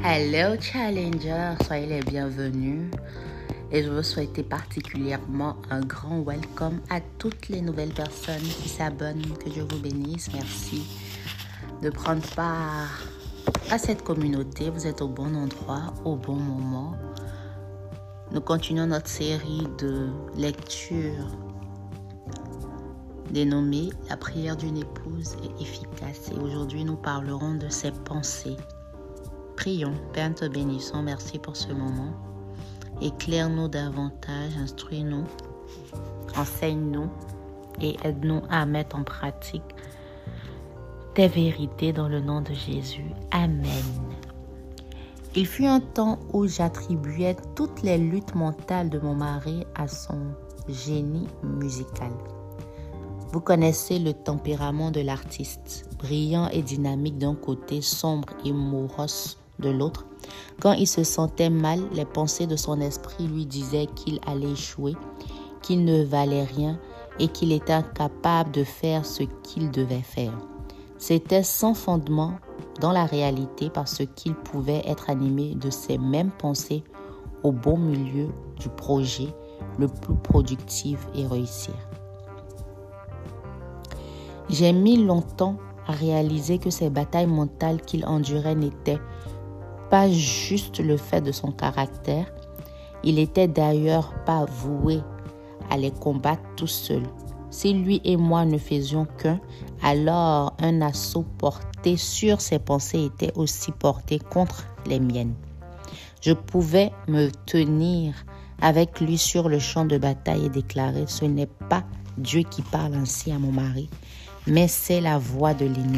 Hello Challenger, soyez les bienvenus et je veux souhaiter particulièrement un grand welcome à toutes les nouvelles personnes qui s'abonnent. Que Dieu vous bénisse. Merci de prendre part à cette communauté. Vous êtes au bon endroit, au bon moment. Nous continuons notre série de lectures dénommée « La prière d'une épouse est efficace » et aujourd'hui nous parlerons de ses pensées. Prions. Père, nous te bénissons. Merci pour ce moment. Éclaire-nous davantage, instruis-nous, enseigne-nous et aide-nous à mettre en pratique tes vérités dans le nom de Jésus. Amen. Il fut un temps où j'attribuais toutes les luttes mentales de mon mari à son génie musical. Vous connaissez le tempérament de l'artiste, brillant et dynamique d'un côté, sombre et morose de l'autre. Quand il se sentait mal, les pensées de son esprit lui disaient qu'il allait échouer, qu'il ne valait rien et qu'il était incapable de faire ce qu'il devait faire. C'était sans fondement dans la réalité parce qu'il pouvait être animé de ces mêmes pensées au beau milieu du projet le plus productif et réussir. J'ai mis longtemps à réaliser que ces batailles mentales qu'il endurait n'étaient pas juste le fait de son caractère. Il était d'ailleurs pas voué à les combattre tout seul. Si lui et moi ne faisions qu'un, alors un assaut porté sur ses pensées était aussi porté contre les miennes. Je pouvais me tenir avec lui sur le champ de bataille et déclarer « Ce n'est pas Dieu qui parle ainsi à mon mari, mais c'est la voix de l'ennemi. »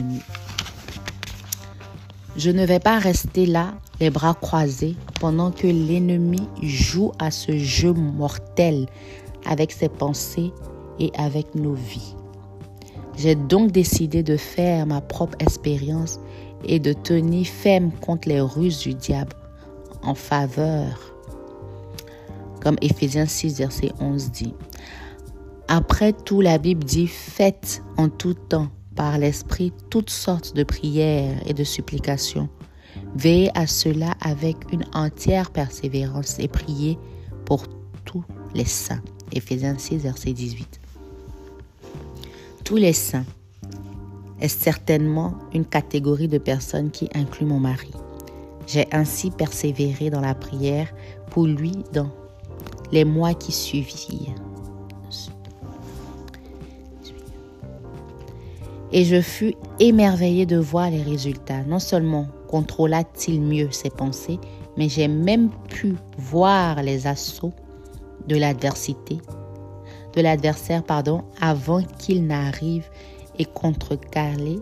Je ne vais pas rester là, les bras croisés, pendant que l'ennemi joue à ce jeu mortel avec ses pensées et avec nos vies. J'ai donc décidé de faire ma propre expérience et de tenir ferme contre les ruses du diable en faveur, comme Éphésiens 6, verset 11 dit. Après tout, la Bible dit « Faites en tout temps par l'Esprit toutes sortes de prières et de supplications. Veillez à cela avec une entière persévérance et priez pour tous les saints. » Éphésiens 6, verset 18. Tous les saints est certainement une catégorie de personnes qui inclut mon mari. J'ai ainsi persévéré dans la prière pour lui dans les mois qui suivirent. Et je fus émerveillée de voir les résultats. Non seulement contrôla-t-il mieux ses pensées, mais j'ai même pu voir les assauts de l'adversaire, avant qu'il n'arrive et contrecarrer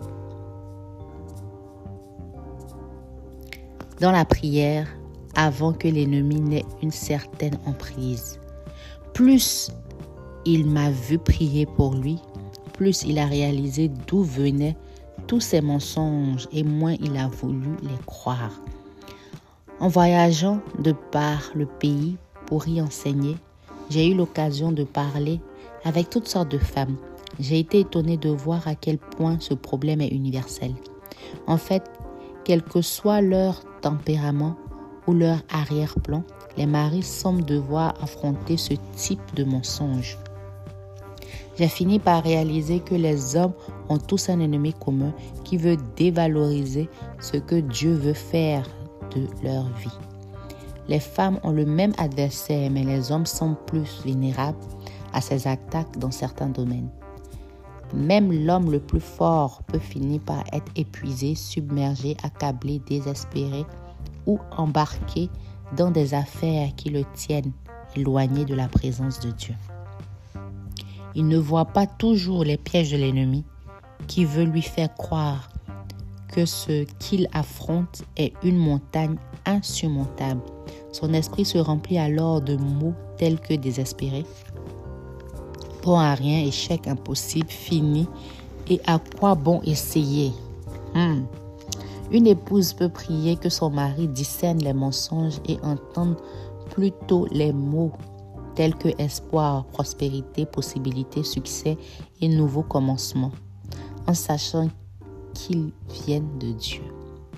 dans la prière avant que l'ennemi n'ait une certaine emprise. Plus il m'a vu prier pour lui, plus il a réalisé d'où venaient tous ces mensonges et moins il a voulu les croire. En voyageant de par le pays pour y enseigner, j'ai eu l'occasion de parler avec toutes sortes de femmes. J'ai été étonnée de voir à quel point ce problème est universel. En fait, quel que soit leur tempérament ou leur arrière-plan, les maris semblent devoir affronter ce type de mensonge. J'ai fini par réaliser que les hommes ont tous un ennemi commun qui veut dévaloriser ce que Dieu veut faire de leur vie. Les femmes ont le même adversaire, mais les hommes sont plus vulnérables à ces attaques dans certains domaines. Même l'homme le plus fort peut finir par être épuisé, submergé, accablé, désespéré ou embarqué dans des affaires qui le tiennent éloigné de la présence de Dieu. Il ne voit pas toujours les pièges de l'ennemi qui veut lui faire croire que ce qu'il affronte est une montagne insurmontable. Son esprit se remplit alors de mots tels que désespéré, bon à rien, échec impossible, fini et à quoi bon essayer. Une épouse peut prier que son mari discerne les mensonges et entende plutôt les mots tels que espoir, prospérité, possibilité, succès et nouveau commencement, en sachant qu'ils viennent de Dieu.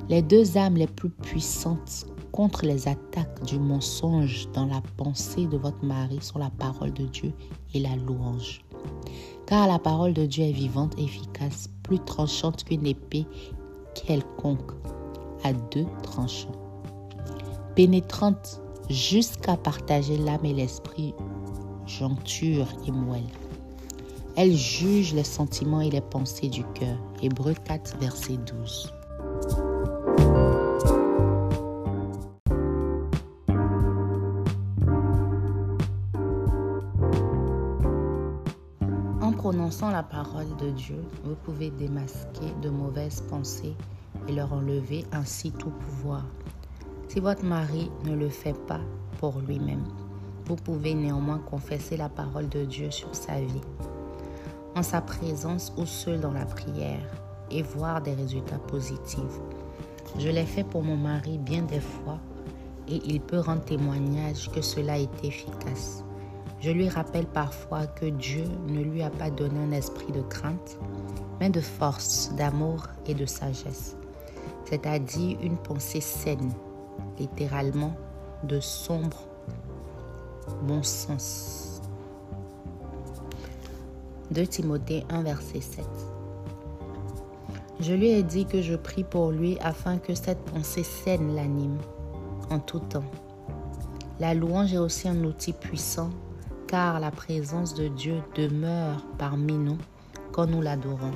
Les deux armes les plus puissantes contre les attaques du mensonge dans la pensée de votre mari sont la parole de Dieu et la louange. Car la parole de Dieu est vivante et efficace, plus tranchante qu'une épée quelconque, à deux tranchants, pénétrante jusqu'à partager l'âme et l'esprit, jointure et moelle. Elle juge les sentiments et les pensées du cœur. Hébreux 4, verset 12. En prononçant la parole de Dieu, vous pouvez démasquer de mauvaises pensées et leur enlever ainsi tout pouvoir. Si votre mari ne le fait pas pour lui-même, vous pouvez néanmoins confesser la parole de Dieu sur sa vie, en sa présence ou seul dans la prière, et voir des résultats positifs. Je l'ai fait pour mon mari bien des fois et il peut rendre témoignage que cela est efficace. Je lui rappelle parfois que Dieu ne lui a pas donné un esprit de crainte, mais de force, d'amour et de sagesse, c'est-à-dire une pensée saine, littéralement de sombre bon sens. 2 Timothée 1, verset 7. Je lui ai dit que je prie pour lui afin que cette pensée saine l'anime en tout temps. La louange est aussi un outil puissant car la présence de Dieu demeure parmi nous quand nous l'adorons.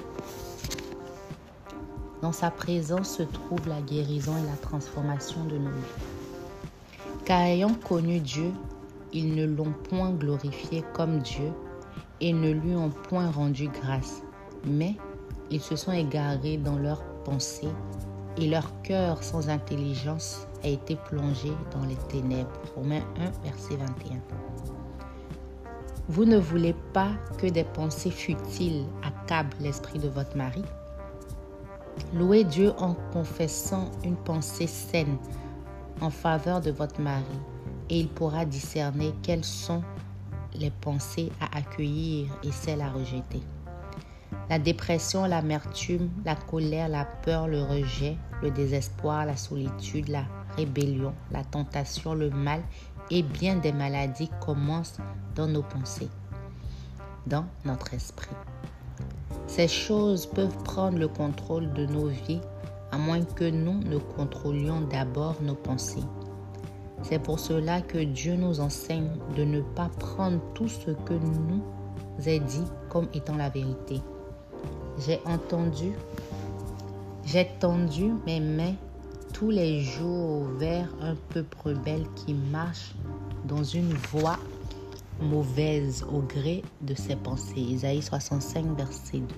Dans sa présence se trouve la guérison et la transformation de nos vies. Car ayant connu Dieu, ils ne l'ont point glorifié comme Dieu et ne lui ont point rendu grâce, mais ils se sont égarés dans leurs pensées et leur cœur sans intelligence a été plongé dans les ténèbres. Romains 1, verset 21. Vous ne voulez pas que des pensées futiles accablent l'esprit de votre mari? Louez Dieu en confessant une pensée saine en faveur de votre mari et il pourra discerner quelles sont les pensées à accueillir et celles à rejeter. La dépression, l'amertume, la colère, la peur, le rejet, le désespoir, la solitude, la rébellion, la tentation, le mal et bien des maladies commencent dans nos pensées, dans notre esprit. Ces choses peuvent prendre le contrôle de nos vies à moins que nous ne contrôlions d'abord nos pensées. C'est pour cela que Dieu nous enseigne de ne pas prendre tout ce que nous est dit comme étant la vérité. J'ai tendu mes mains tous les jours vers un peuple rebelle qui marche dans une voie mauvaise au gré de ses pensées. Isaïe 65, verset 2.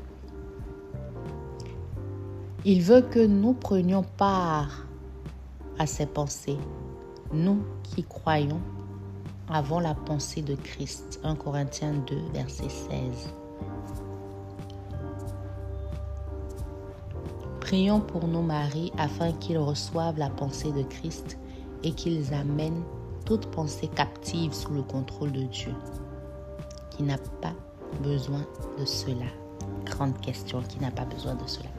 Il veut que nous prenions part à ses pensées, nous qui croyons avons la pensée de Christ. 1 Corinthiens 2, verset 16. Prions pour nos maris afin qu'ils reçoivent la pensée de Christ et qu'ils amènent toute pensée captive sous le contrôle de Dieu, qui n'a pas besoin de cela. Grande question, qui n'a pas besoin de cela.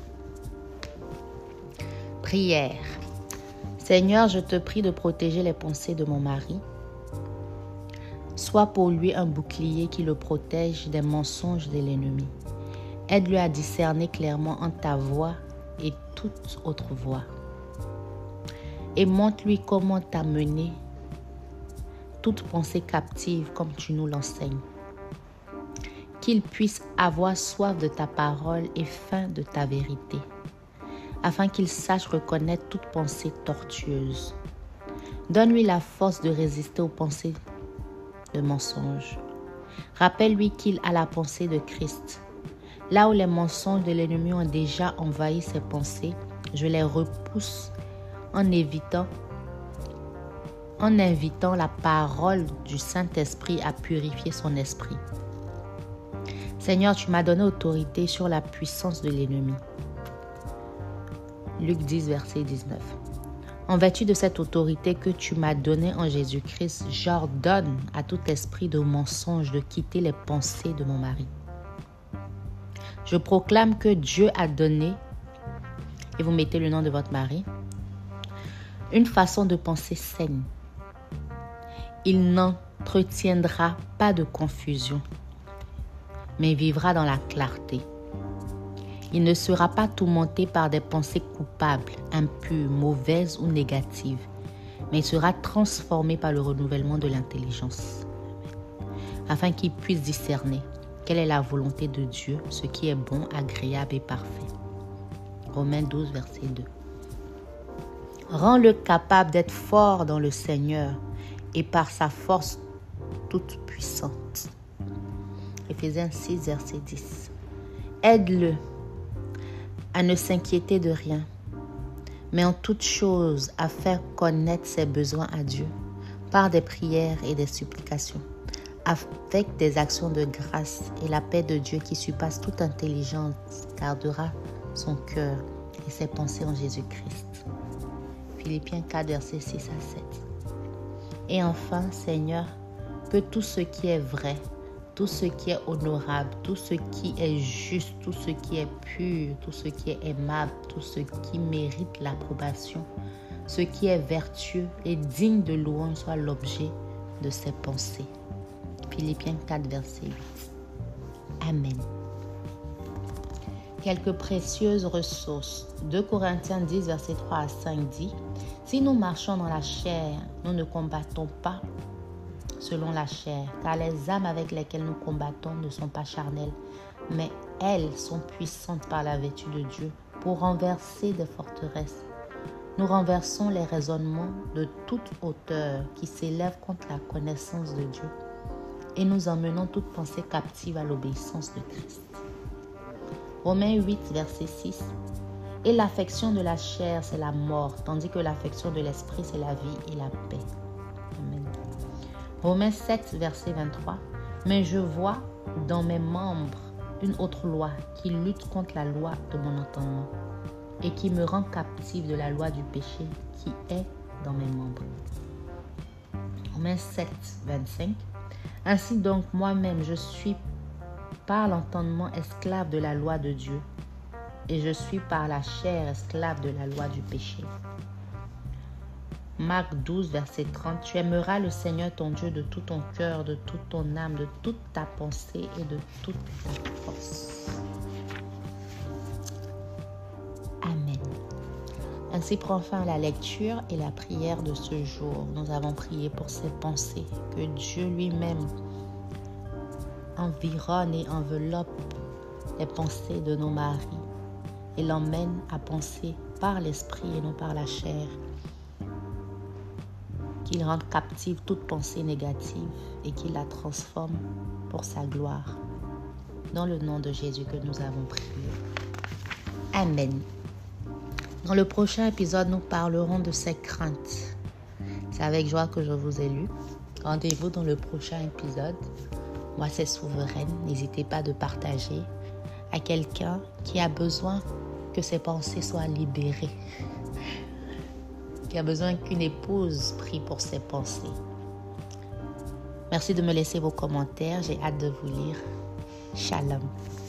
Prière. Seigneur, je te prie de protéger les pensées de mon mari. Sois pour lui un bouclier qui le protège des mensonges de l'ennemi. Aide-le à discerner clairement entre ta voix et toute autre voix. Et montre-lui comment t'amener toute pensée captive comme tu nous l'enseignes. Qu'il puisse avoir soif de ta parole et faim de ta vérité, afin qu'il sache reconnaître toute pensée tortueuse. Donne-lui la force de résister aux pensées de mensonges. Rappelle-lui qu'il a la pensée de Christ. Là où les mensonges de l'ennemi ont déjà envahi ses pensées, je les repousse en invitant la parole du Saint-Esprit à purifier son esprit. Seigneur, tu m'as donné autorité sur la puissance de l'ennemi. Luc 10, verset 19. En vertu de cette autorité que tu m'as donnée en Jésus-Christ, j'ordonne à tout esprit de mensonge de quitter les pensées de mon mari. Je proclame que Dieu a donné et vous mettez le nom de votre mari. Une façon de penser saine. Il n'entretiendra pas de confusion, mais vivra dans la clarté. Il ne sera pas tourmenté par des pensées coupables, impures, mauvaises ou négatives, mais il sera transformé par le renouvellement de l'intelligence, afin qu'il puisse discerner quelle est la volonté de Dieu, ce qui est bon, agréable et parfait. Romains 12, verset 2. Rends-le capable d'être fort dans le Seigneur et par sa force toute puissante. Éphésiens 6, verset 10. Aide-le à ne s'inquiéter de rien, mais en toute chose à faire connaître ses besoins à Dieu par des prières et des supplications, avec des actions de grâce, et la paix de Dieu qui surpasse toute intelligence gardera son cœur et ses pensées en Jésus-Christ. Philippiens 4, versets 6 à 7. Et enfin, Seigneur, que tout ce qui est vrai, tout ce qui est honorable, tout ce qui est juste, tout ce qui est pur, tout ce qui est aimable, tout ce qui mérite l'approbation, ce qui est vertueux et digne de louange soit l'objet de ses pensées. Philippiens 4, verset 8. Amen. Quelques précieuses ressources. 2 Corinthiens 10, verset 3 à 5 dit: si nous marchons dans la chair, nous ne combattons pas selon la chair, car les âmes avec lesquelles nous combattons ne sont pas charnelles, mais elles sont puissantes par la vertu de Dieu pour renverser des forteresses. Nous renversons les raisonnements de toute hauteur qui s'élèvent contre la connaissance de Dieu et nous emmenons toute pensée captive à l'obéissance de Christ. Romains 8, verset 6. Et l'affection de la chair, c'est la mort, tandis que l'affection de l'esprit, c'est la vie et la paix. Amen. Romains 7, verset 23. Mais je vois dans mes membres une autre loi qui lutte contre la loi de mon entendement et qui me rend captive de la loi du péché qui est dans mes membres. Romains 7, 25. Ainsi donc, moi-même, je suis par l'entendement esclave de la loi de Dieu, et je suis par la chair esclave de la loi du péché. Marc 12, verset 30. Tu aimeras le Seigneur ton Dieu de tout ton cœur, de toute ton âme, de toute ta pensée et de toute ta force. Amen. Ainsi prend fin la lecture et la prière de ce jour. Nous avons prié pour ces pensées, que Dieu lui-même environne et enveloppe les pensées de nos maris et l'emmène à penser par l'esprit et non par la chair. Qu'il rende captive toute pensée négative et qu'il la transforme pour sa gloire. Dans le nom de Jésus que nous avons prié. Amen. Dans le prochain épisode, nous parlerons de ces craintes. C'est avec joie que je vous ai lu. Rendez-vous dans le prochain épisode. Moi, c'est Souveraine. N'hésitez pas de partager à quelqu'un qui a besoin que ses pensées soient libérées, qui a besoin qu'une épouse prie pour ses pensées. Merci de me laisser vos commentaires. J'ai hâte de vous lire. Shalom.